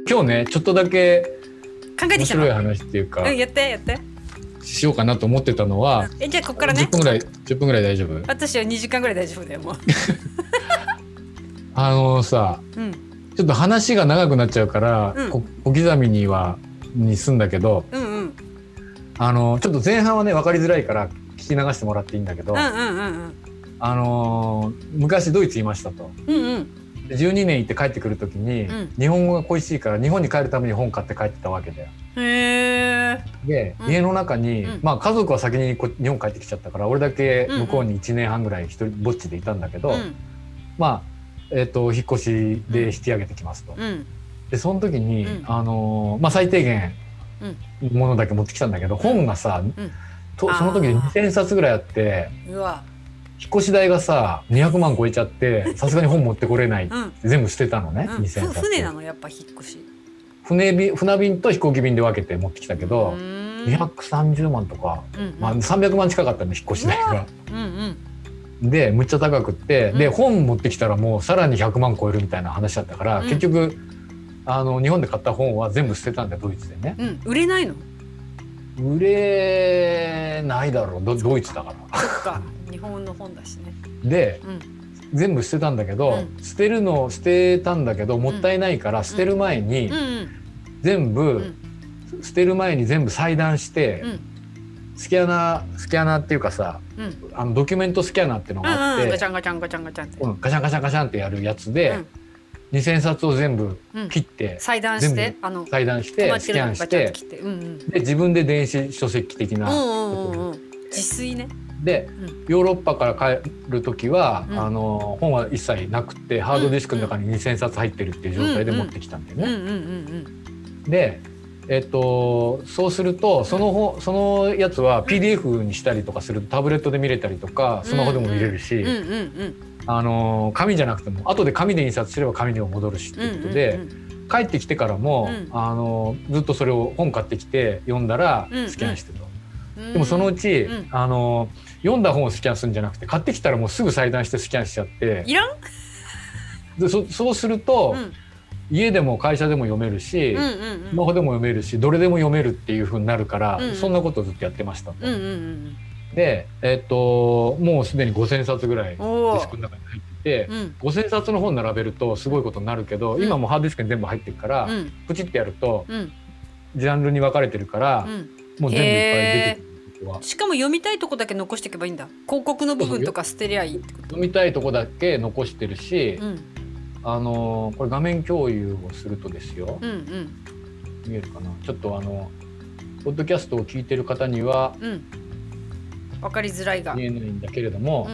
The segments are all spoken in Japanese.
今日ねちょっとだけ面考えてきたの。 白い話っていうか、 やってやって。 しようかなと思ってたのは、 じゃあここからね。 10分ぐらい大丈夫？ 私は2時間ぐらい大丈夫だよもう。 さ、 うん、 ちょっと話が長くなっちゃうから、 うん、 小刻みにすんだけど、 うんうん、 ちょっと前半はね分かりづらいから聞き流してもらっていいんだけど、 うんうんうん昔ドイツいましたと。 うんうん 12年行って帰ってくる時に、 うん、 日本語が恋しいから日本に帰るために本買って帰ってたわけだよ。 へー。 で、 うん、 家の中に、 うん、 まあ家族は先に日本帰ってきちゃったから俺だけ向こうに1年半ぐらい一人ぼっちでいたんだけど、 うん、 まあ、引っ越しで引き上げてきますと。 うん、 でその時に、 うん、 まあ、最低限うん、 ものだけ持ってきたんだけど、本がさ、 うん、 その時で2000冊ぐらいあって、 うわ、 引っ越し代がさ200万超えちゃってさすがに本持ってこれないってうん、 全部捨てたのね、 うん、 2000冊。 船なのやっぱ引っ越し。 船便と飛行機便で分けて持ってきたけど、230万とか、 うんうん、 まあ、300万近かったの引っ越し代が。 うんうん、 でむっちゃ高くって、 うん、 で本持ってきたらもうさらに100万超えるみたいな話だったから、 うん、 結局日本で買った本は全部捨てたんだよドイツでね、 うん、売れないの？ 売れないだろう、ドイツだから。 そっか、日本の本だしね。 で、 うん、 全部捨てたんだけど、 うん、 捨てたんだけどもったいないから捨てる前に、 うんうん、 全部、 うん、 捨てる前に全部裁断して、 うん、 スキャナーっていうかさ、 うん、 ドキュメントスキャナーっていうのがあって、 ガチャンガチャンガチャンガチャンって、 ガチャンガチャンガチャンってやるやつで、2000冊を全部切って、 裁断して裁断してスキャンして、で自分で電子書籍的な、 自炊ね。 で、ヨーロッパから帰る時は、本は一切なくてハードディスクの中に2000冊入ってるっていう状態で持ってきたんだよね。で、そうするとそのやつは PDF にしたりとかするとタブレットで見れたりとかスマホでも見れるし、紙じゃなくても後で紙で印刷すれば紙にも戻るしっていうことで、帰ってきてからも、ずっとそれを本買ってきて読んだらスキャンしてと。でもそのうち、読んだ本をスキャンするんじゃなくて買ってきたらもうすぐ裁断してスキャンしちゃっていらん？ でそうすると、家でも会社でも読めるし、スマホでも読めるしどれでも読めるっていう風になるから、そんなことをずっとやってましたと。で、もうすでに5000冊ぐらいディスクの中に入ってて、5000冊の本並べるとすごいことになるけど、今もハードディスクに全部入ってるから、プチってやると、ジャンルに分かれてるから、もう全部いっぱい出てくる。 しかも読みたいとこだけ残していけばいいんだ。広告の部分とか捨てりゃいいってこと。 読みたいとこだけ残してるし、これ画面共有をするとですよ、見えるかな、ちょっとポッドキャストを聞いてる方には、 分かりづらいが見えないんだけれども、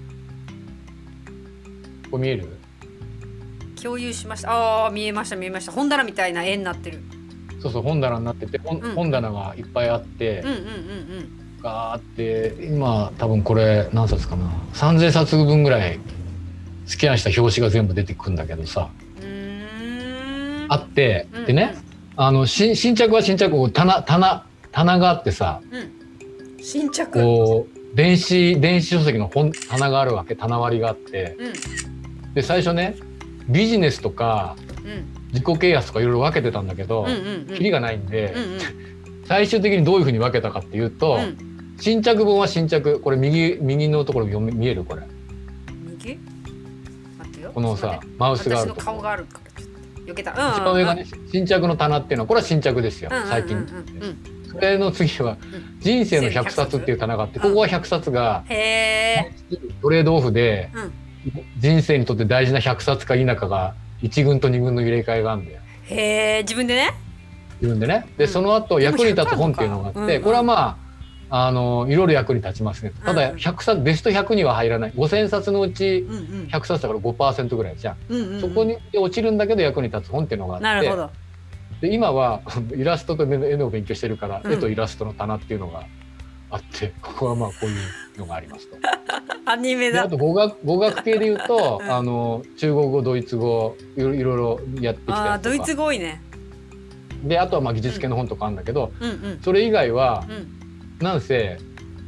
これ見える？ 共有しました。ああ、見えました見えました。本棚みたいな絵になってる。 そうそう、本棚になってて、本棚がいっぱいあって、ガーって今多分これ何冊かな、3000冊分ぐらいスキャンした表紙が全部出てくるんだけどさ、あって、でね、新着は新着、棚があってさ、 新着こう電子書籍の棚があるわけ、棚割りがあって、で最初ねビジネスとか、自己啓発とかいろいろ分けてたんだけど、キリがないんで、最終的にどういうふうに分けたかっていうと、新着本は新着、これ右のところ見える？これ右？待ってよ、 このさマウスがあるところ、 私の顔があるからちょっと避けた。 一番上がね、新着の棚っていうのはこれは新着ですよ、最近。それの次は人生の100冊っていう棚があって、ここは100冊がトレードオフで、人生にとって大事な100冊か否かが1軍と2軍の入れ替えがあるんだよ。 へえ、自分でね。 でその後役に立つ本っていうのがあって、これはまあいろいろ役に立ちますね。ただ100冊ベスト100には入らない。5000冊のうち100冊だから 5% ぐらいじゃん。そこに落ちるんだけど役に立つ本っていうのがあって、 なるほど。 で今はイラストと絵の勉強してるから、絵とイラストの棚っていうのがあって、ここはまあこういうのがありますと。 アニメだ。 あと語学系で言うと、中国語、ドイツ語いろいろやってきたやつとか。 ドイツ語多いね。 であとはまあ技術系の本とかあるんだけど、それ以外は、なんせ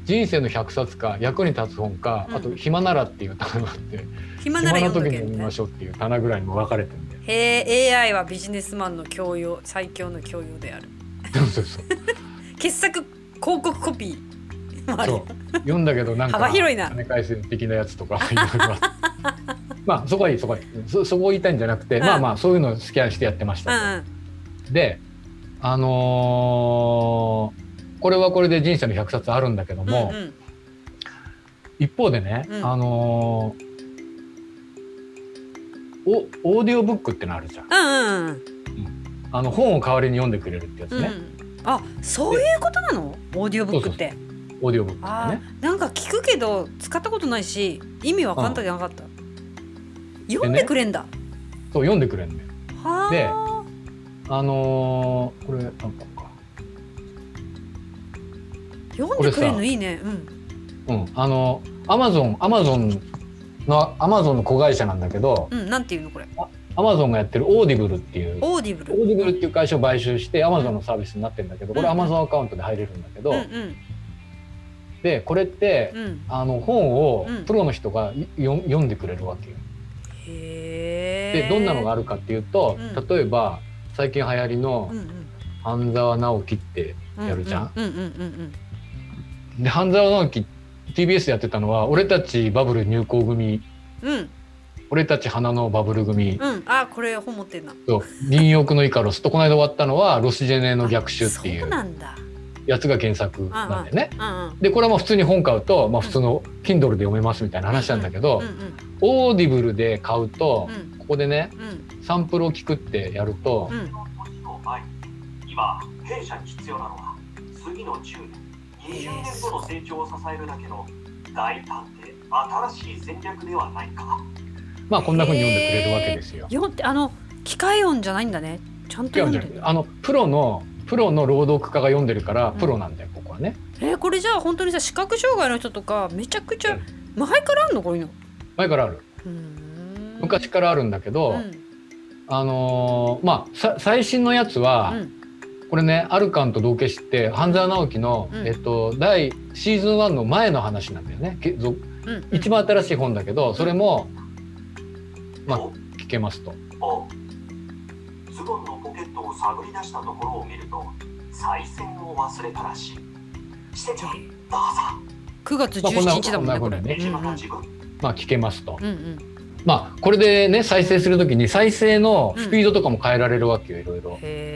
人生の100冊か役に立つ本か、あと暇ならっていう棚があって、 暇なら暇読んどけな時に読みましょうっていう棚ぐらいにも分かれてるんで。 へえ、AI はビジネスマンの教養、最強の教養である。 そうそう傑作広告コピーもある。 そう読んだけどなんか幅広いな。 金返せ的なやつとかいろいろあってまあそこはいい、そこはいい、そこを言いたいんじゃなくて、まあまあそういうのをスキャンしてやってましたと。でこれはこれで人生の100冊あるんだけども、一方でね、オーディオブックってのあるじゃん。本を代わりに読んでくれるってやつね。 あ、そういうことなの？オーディオブックって。 オーディオブックってね。 なんか聞くけど使ったことないし意味わかんなかった。読んでくれんだ。 そう、読んでくれんね。で、これなんか読んでくれるのいいね。 アマゾンの子会社なんだけど、 なんていうのこれ。 アマゾンがやってるオーディブルっていうオーディブルっていう会社を買収してアマゾンのサービスになってるんだけど、これアマゾンアカウントで入れるんだけど、でこれって、本をプロの人が読んでくれるわけよ。でどんなのがあるかっていうと、例えば最近流行りの半沢直樹ってやるじゃん。で半沢直樹 TBS でやってたのは俺たちバブル入校組、俺たち花のバブル組、 あ、これ本持ってんな。 ニューヨークのイカロスと、この間終わったのはロスジェネの逆襲っていうやつが原作なんだよね。でこれはもう普通に本買うと、普通の Kindle で読めますみたいな話なんだけど、オーディブルで買うと、ここでね、サンプルを聞くってやると、 今弊社に必要なのは次の10年20年後の成長を支えるだけの大胆で新しい戦略ではないか。 まあこんな風に読んでくれるわけですよ。 機械音じゃないんだね。ちゃんと読んでる。 プロの朗読家が読んでるからプロなんだよ、ここはね。 これじゃあ本当にさ、視覚障害の人とかめちゃくちゃ前からあるの？こういうの。 前からある。昔からあるんだけど、最新のやつは、これね、アルカンと同化して半沢直樹の、シーズン1の前の話なんだよね。一番新しい本だけど、それも聞けますと。 ズボンのポケットを探り出したところを見ると再選を忘れたらしい。してちゃん、どうぞ。 9月17日だもんね、これ。 聞けますと。これでね、再生するときに再生のスピードとかも変えられるわけよ、いろいろ。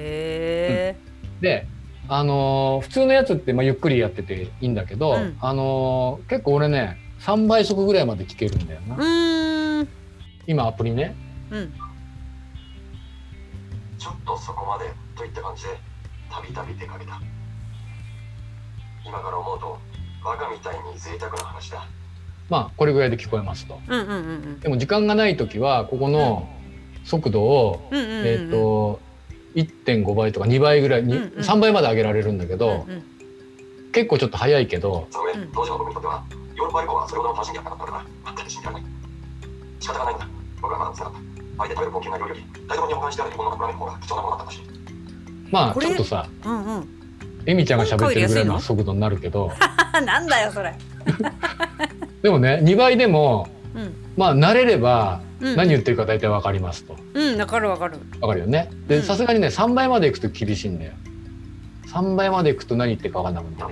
で、普通のやつってゆっくりやってていいんだけど、結構俺ね、3倍速ぐらいまで聞けるんだよな。今アプリね。 ちょっとそこまでといった感じでたびたび出かけた。今から思うとバカみたいに贅沢な話だ。 これぐらいで聞こえますと。でも時間がない時はここの速度を1.5 倍とか2倍ぐらいに3倍まで上げられるんだけど、結構ちょっと早いけど、 当時の僕にとってはヨーロッパ旅行はそれほどの楽しみではなかったから全く信じられない。仕方がないんだ。僕はまだつらかった。相手食べる高級な料理より台所に保管してある日本の油の方が貴重なものだったし。 ちょっとさ、エミちゃんが喋ってるぐらいの速度になるけどなんだよそれでもね、2倍でも、慣れれば何言ってるか大体わかりますと。 わかるわかる。 わかるよね。で、さすがにね、3倍までいくと厳しいんだよ。3倍までいくと何言ってるかわかんなくなる。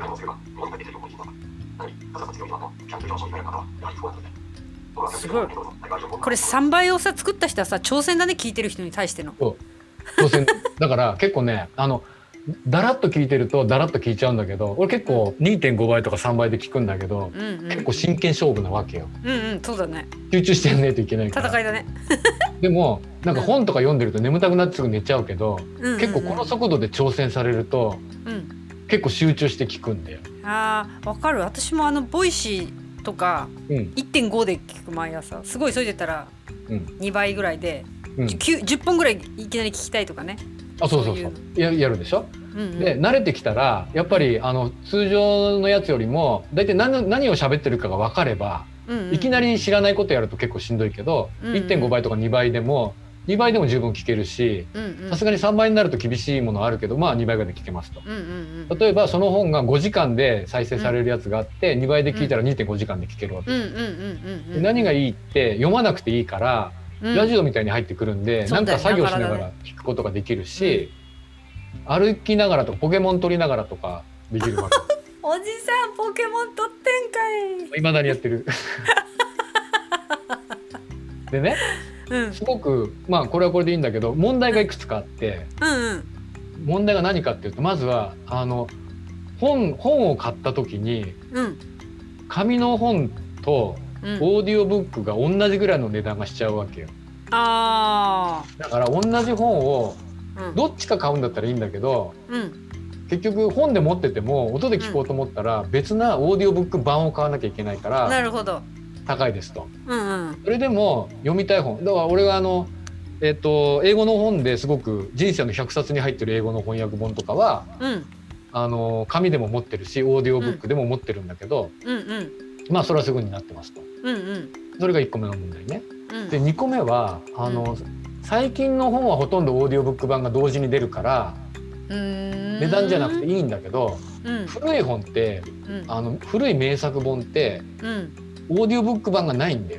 すごい。これ3倍をさ作った人はさ、挑戦だね、聞いてる人に対しての。 挑戦だから結構ね、だらっと聞いてるとだらっと聞いちゃうんだけど、俺結構 2.5 倍とか3倍で聞くんだけど、結構真剣勝負なわけよ。 そうだね。 集中してやんないといけないから。 戦いだね。 でもなんか本とか読んでると眠たくなってすぐ寝ちゃうけど、結構この速度で挑戦されると、結構集中して聞くんだよ。 わかる。私もボイシーとか 1.5 で聞く毎朝。すごい急いでたら2倍ぐらいで、10本ぐらいいきなり聞きたいとかね。 そうやるでしょ。で慣れてきたらやっぱり通常のやつよりも大体何を喋ってるかが分かれば、いきなり知らないことやると結構しんどいけど、1.5 倍とか2倍でも 2倍でも十分聞けるし、さすがに3倍になると厳しいものあるけど、まあ2倍ぐらいで聞けますと。例えばその本が5時間で再生されるやつがあって、2倍で聞いたら 2.5 時間で聞けるわけです。何がいいって読まなくていいから、ラジオみたいに入ってくるんで、なんか作業しながら聞くことができるし、歩きながらとかポケモン取りながらとかできるわけ。 おじさんポケモン取ってんかい。 未だにやってる。でね、すごくまあこれはこれでいいんだけど、問題がいくつかあって、問題が何かっていうと、まずは本を買った時に、紙の本とオーディオブックが同じぐらいの値段がしちゃうわけよ。だから同じ本をどっちか買うんだったらいいんだけど、結局本で持ってても音で聞こうと思ったら別なオーディオブック版を買わなきゃいけないから、 なるほど、 高いですと。それでも読みたい本だから、俺は英語の本ですごく人生の100冊に入ってる英語の翻訳本とかは、紙でも持ってるしオーディオブックでも持ってるんだけど、まあそれはすぐになってますと。それが1個目の問題ね。で2個目は最近の本はほとんどオーディオブック版が同時に出るから値段じゃなくていいんだけど、古い本って、古い名作本って、オーディオブック版がないんだよ。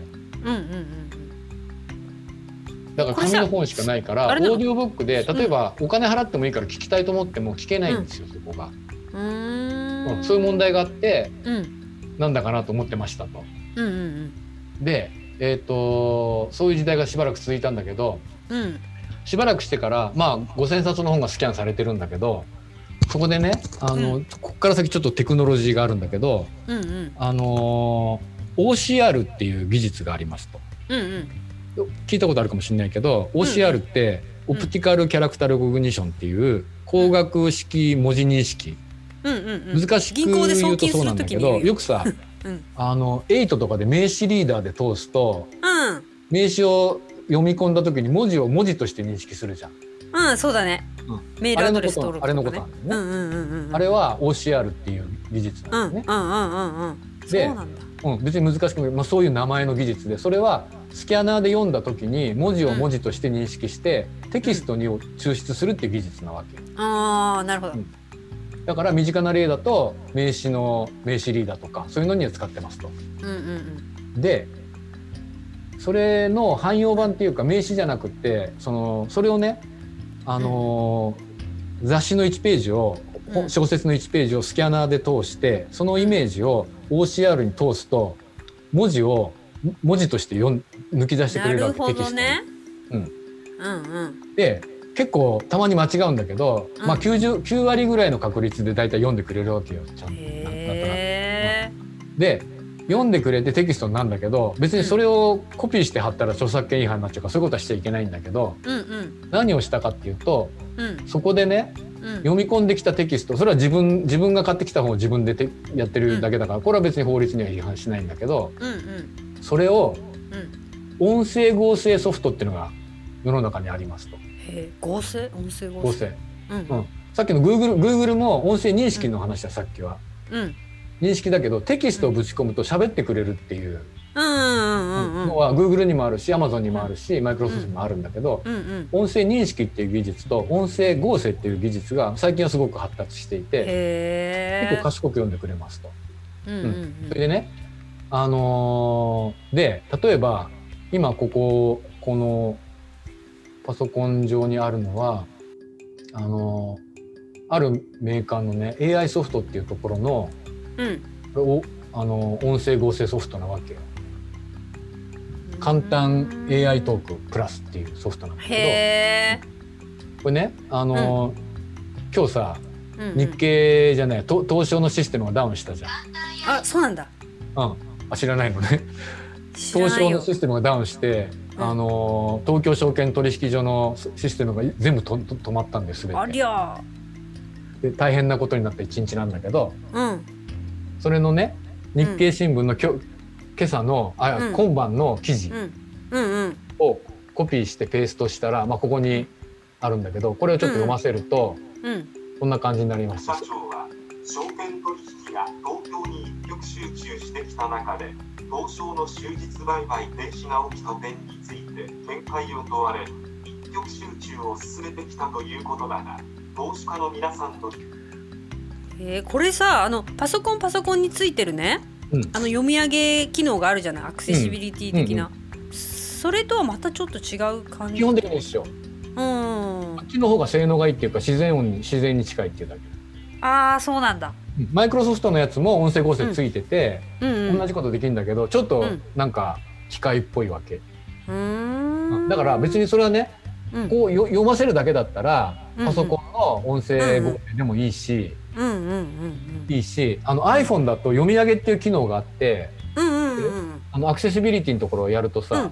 だから紙の本しかないから、オーディオブックで例えばお金払ってもいいから聞きたいと思っても聞けないんですよ、そこが。そういう問題があって、なんだかなと思ってましたと。で、そういう時代がしばらく続いたんだけど、しばらくしてからまあ5,000冊の本がスキャンされてるんだけど、そこでねこっから先ちょっとテクノロジーがあるんだけど、OCR っていう技術がありますと。聞いたことあるかもしれないけど、OCR ってオプティカルキャラクターレコグニションっていう光学式文字認識、難しく言うとそうなんだけど、よくさ8とかで名詞リーダーで通すと、名詞を読み込んだ時に文字を文字として認識するじゃん。 そうだね。メールアドレス登録とかね。 あれのことなんだよね。あれは OCR っていう技術なんですね。で、別に難しくない、そういう名前の技術で、それはスキャナーで読んだ時に文字を文字として認識してテキストに抽出するっていう技術なわけ。 なるほど。 だから身近な例だと名詞の名詞リーダーとかそういうのには使ってますと。でそれの汎用版っていうか、名詞じゃなくてそれをね、雑誌の1ページを、小説の1ページをスキャナーで通して、そのイメージを OCR に通すと文字として抜き出してくれるわけ。テキストに。で結構たまに間違うんだけど、まあ9割ぐらいの確率でだいたい読んでくれるわけよ。ちゃんとで読んでくれてテキストなんだけど、別にそれをコピーして貼ったら著作権違反になっちゃうから、そういうことはしちゃいけないんだけど、何をしたかっていうと、そこでね、読み込んできたテキスト、それは自分が買ってきた本を自分でやってるだけだから、これは別に法律には違反しないんだけど、それを音声合成ソフトっていうのが世の中にありますと。 合成？音声合成。 さっきの Google も音声認識の話だ、さっきは。認識だけどテキストをぶち込むと喋ってくれるっていうのは Google にもあるし Amazon にもあるし Microsoft にもあるんだけど、音声認識っていう技術と音声合成っていう技術が最近はすごく発達していて、結構賢く読んでくれますと。それでね、で例えば今このパソコン上にあるのはあるメーカーのね AI ソフトっていうところの音声合成ソフトなわけよ。簡単 AI トークプラスっていうソフトなんだけど、これね今日さ、日経じゃない東証のシステムがダウンしたじゃん。 そうなんだ。 知らないのね。東証のシステムがダウンして、東京証券取引所のシステムが全部止まったんです全て。で大変なことになった一日なんだけど、それのね日経新聞の今朝の今晩の記事をコピーしてペーストしたら、ここにあるんだけど、これをちょっと読ませると、こんな感じになりました。 社長は証券取引が東京に一極集中してきた中で、東証の終日売買停止が起きた点について見解を問われ、 力集中を進めてきたということだが、投資家の皆さんのこれさパソコンについてるね、読み上げ機能があるじゃない、アクセシビリティ的な、それとはまたちょっと違う感じ。 基本的に一緒。こっちの方が性能がいいっていうか自然に近いっていうだけ。 ああそうなんだ。 マイクロソフトのやつも音声合成ついてて、同じことできるんだけどちょっとなんか機械っぽいわけ。だから別にそれはね、こう読ませるだけだったらパソコンの音声合成でもいいし、iPhone だと読み上げっていう機能があって、アクセシビリティのところをやるとさ、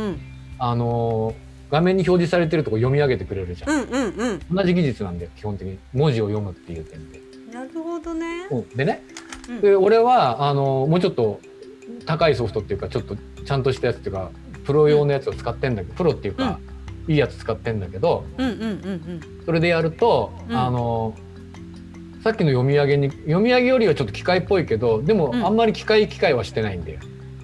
画面に表示されてるとこ読み上げてくれるじゃん。同じ技術なんだよ基本的に、文字を読むっていう点で。 なるほどね。 でね、で俺はもうちょっと高いソフトっていうかちょっとちゃんとしたやつっていうかプロ用のやつを使ってんだけど、プロっていうか、いいやつ使ってんだけど、それでやると、さっきの読み上げよりはちょっと機械っぽいけど、でもあんまり機械はしてないんだよ。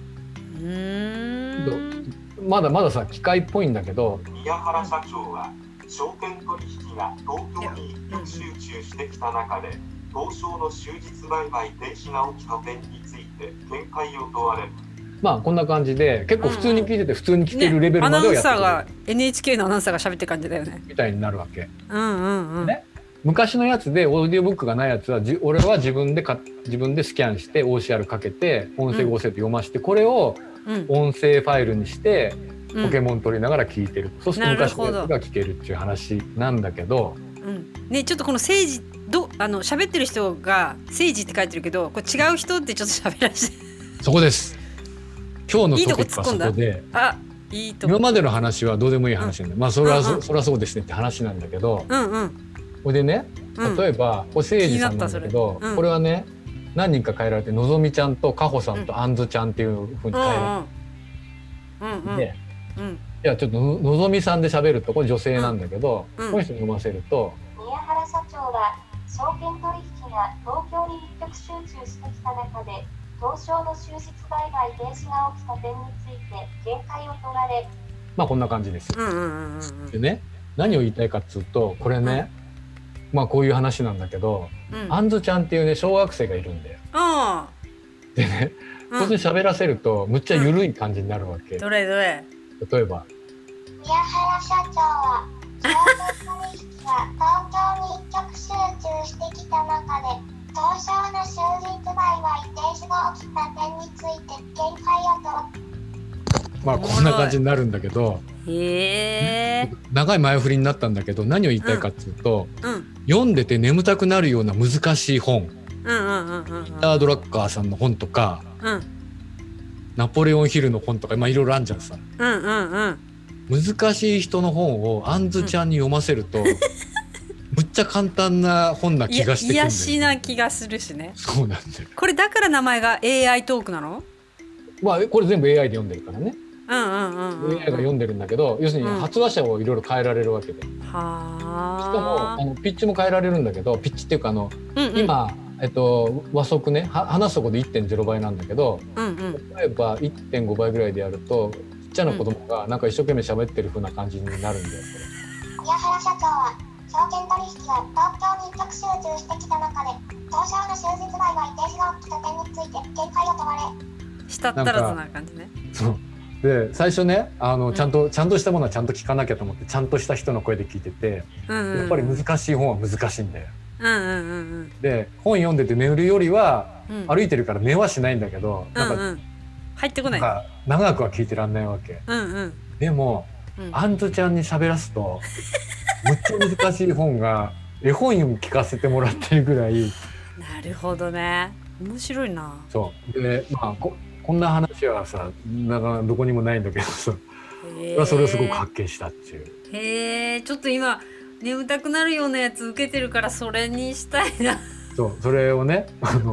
まださ機械っぽいんだけど、 宮原社長は証券取引が東京に一極集中してきた中で東証の終日売買停止が起きた点について見解を問われる。 まあこんな感じで結構普通に聞いてて普通に聞けるレベルまでをやってくれる、 アナウンサーが NHK のアナウンサーが喋ってる感じだよねみたいになるわけ。ね、昔のやつでオーディオブックがないやつは俺は自分でスキャンして OCR かけて音声合成と読まして、これを音声ファイルにしてポケモン取りながら聞いてる、そうすると昔のやつが聞けるっていう話なんだけど、 ね、ちょっとこの政治喋ってる人が政治って書いてるけどこれ違う人ってちょっと喋らせてそこです。今日のトピックはそこで、今までの話はどうでもいい話なんだ、まあそれはそうですねって話なんだけど、これでね、例えばこれ誠司さんなんだけど、これはね何人か変えられて、のぞみちゃんとかほさんとあんずちゃんっていうふうに変えられて、でじゃあちょっとのぞみさんで喋ると、これ女性なんだけど、この人に読ませると、 宮原社長は証券取引が東京に一極集中してきた中で東証の終日売買停止が起きた点について見解を問われ、 まあこんな感じです。でね、何を言いたいかっつうと、これね、まあこういう話なんだけど、あんずちゃんっていうね小学生がいるんだよ。でね、こいつに喋らせるとむっちゃ緩い感じになるわけ。 どれ例えば、 宮原社長は証券取引が東京に一極集中してきた中で東証の終日売買停止が起きた点について見解を問われ、 まあこんな感じになるんだけど、長い前振りになったんだけど、何を言いたいかっていうと、読んでて眠たくなるような難しい本、ピーター・ドラッカーさんの本とか、ナポレオンヒルの本とか、まあいろいろあるじゃんさ。難しい人の本をあんずちゃんに読ませると、むっちゃ簡単な本な気がしてくるんだよね。癒しな気がするしね。 そうなんだよ。 これだから名前が AI トークなの？ まあこれ全部 AI で読んでるからね。AI が読んでるんだけど、要するに発話者をいろいろ変えられるわけで、しかもピッチも変えられるんだけど、ピッチっていうか今和速ね、話すとこで 1.0 倍なんだけど、例えば 1.5 倍ぐらいでやるとちっちゃな子供がなんか一生懸命喋ってる風な感じになるんだよ。 宮原社長は証券取引が東京に一極集中してきた中で東証の終日売買停止が起きた点について見解を問われ、 したったらずな感じね。 そうで、最初ねちゃんとしたものはちゃんと聞かなきゃと思ってちゃんとした人の声で聞いてて、やっぱり難しい本は難しいんだよ。で本読んでて寝るよりは、歩いてるから寝はしないんだけど、なんか入ってこない。 長くは聞いてらんないわけ。でも、あんずちゃんに喋らすとむっちゃ難しい本が絵本読み聞かせてもらってるぐらい。 なるほどね、面白いな。 そうで、まあこんな話はさなかなかどこにもないんだけどさ、それをすごく発見したっていう。 へえ、ちょっと今眠たくなるようなやつ受けてるからそれにしたいな。 それをね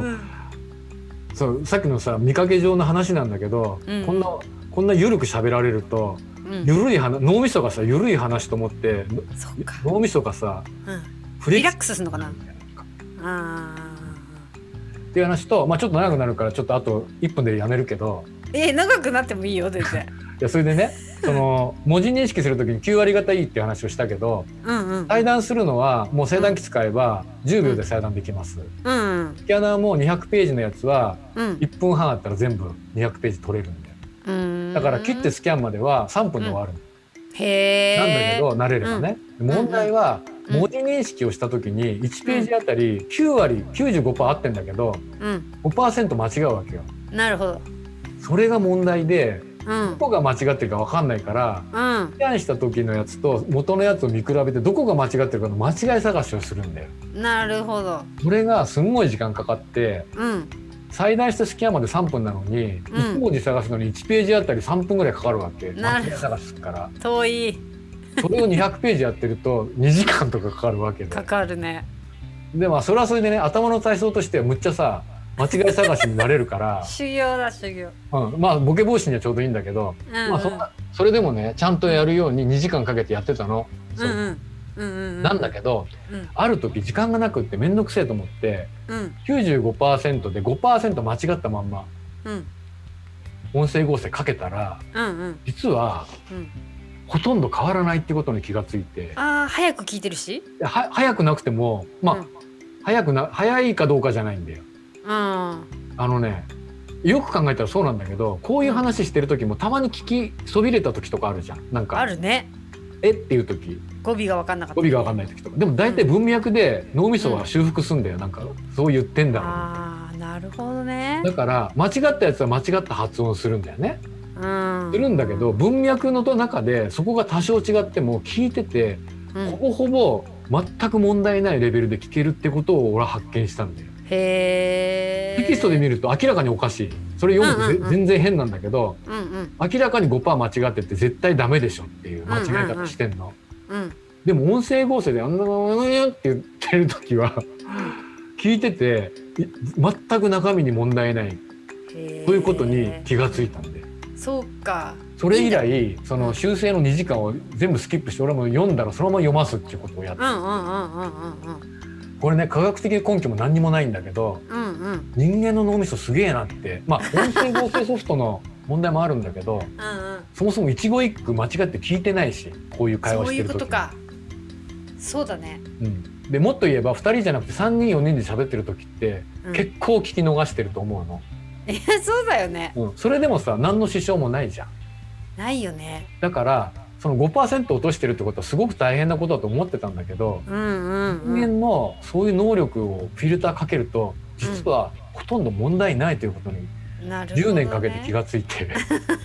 そうさっきのさ見かけ上の話なんだけど、こんな緩く喋られると、緩い脳みそがさ緩い話と思って脳みそがさ、 リラックスするのかな。 っていう話と、まあちょっと長くなるからちょっとあと1分でやめるけど。 長くなってもいいよ全然。 いやそれでね、 その文字認識するときに9割方いいっていう話をしたけど、裁断するのはもう裁断機使えば10秒で裁断できます。スキャナーも200ページのやつは1分半あったら全部200ページ取れるんだよ。だから切ってスキャンまでは3分で終わる。 へなんだけど慣れればね。問題は文字認識をしたときに1ページあたり9割 95% 合ってんだけど 5% 間違うわけよ。 なるほど。 それが問題で、どこが間違ってるか分かんないから、スキャンした時のやつと元のやつを見比べてどこが間違ってるかの間違い探しをするんだよ。 なるほど。 それがすんごい時間かかって、裁断してスキャンまで3分なのに、1文字探すのに1ページあたり3分ぐらいかかるわけ。間違い探すから。 遠い。 それを200ページやってると2時間とかかかるわけで。 かかるね。 でまあそれはそれでね、頭の体操としてはむっちゃさ間違い探しになれるから修行だ修行。 まあボケ防止にはちょうどいいんだけど、まあそれでもねちゃんとやるように2時間かけてやってたの。なんだけど、ある時時間がなくって面倒くせえと思って、95% で 5% 間違ったまんま、音声合成かけたら、実は、ほとんど変わらないってことに気がついて。 早く聞いてるし早くなくてもまあ、早いかどうかじゃないんだよ。よく考えたらそうなんだけど、こういう話してる時もたまに聞きそびれた時とかあるじゃん。なんかあるね。 っていう時、 語尾が分かんなかった。 語尾が分かんない時とか。でも大体文脈で脳みそは修復すんだよ。なんかそう言ってんだろう。 なるほどね。 だから間違ったやつは間違った発音をするんだよね。するんだけど文脈の中でそこが多少違っても聞いてて、ほぼほぼ全く問題ないレベルで聞けるってことを俺は発見したんだよ。テキストで見ると明らかにおかしい。それ読むと全然変なんだけど、明らかに 5% 間違ってて絶対ダメでしょっていう間違い方してんの。でも音声合成であんなって言ってる時は聞いてて全く中身に問題ないということに気がついたんで。 そうか。 それ以来その修正の2時間を全部スキップして俺も読んだらそのまま読ますっていうことをやってる。これね科学的根拠も何にもないんだけど、人間の脳みそすげえなって。まあ音声合成ソフトの問題もあるんだけどそもそも一語一句間違って聞いてないし、こういう会話してる時。そういうことか。 そうだね。 でもっと言えば2人じゃなくて3人4人で喋ってる時って、結構聞き逃してると思うの。 そうだよね。 それでもさ何の支障もないじゃん。 ないよね。 だからその 5% 落としてるってことはすごく大変なことだと思ってたんだけど、人間のそういう能力をフィルターかけると実はほとんど問題ないということに10年かけて気がついて、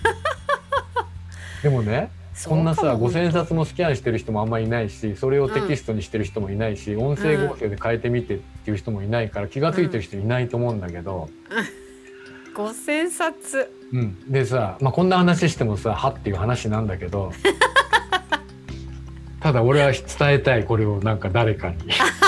でもねこんなさ5,000冊もスキャンしてる人もあんまりいないし、それをテキストにしてる人もいないし、音声合成で変えてみてっていう人もいないから気がついてる人いないと思うんだけど、 5,000冊。 でさ、まあ、こんな話してもさはっていう話なんだけどただ俺は伝えたいこれをなんか誰かに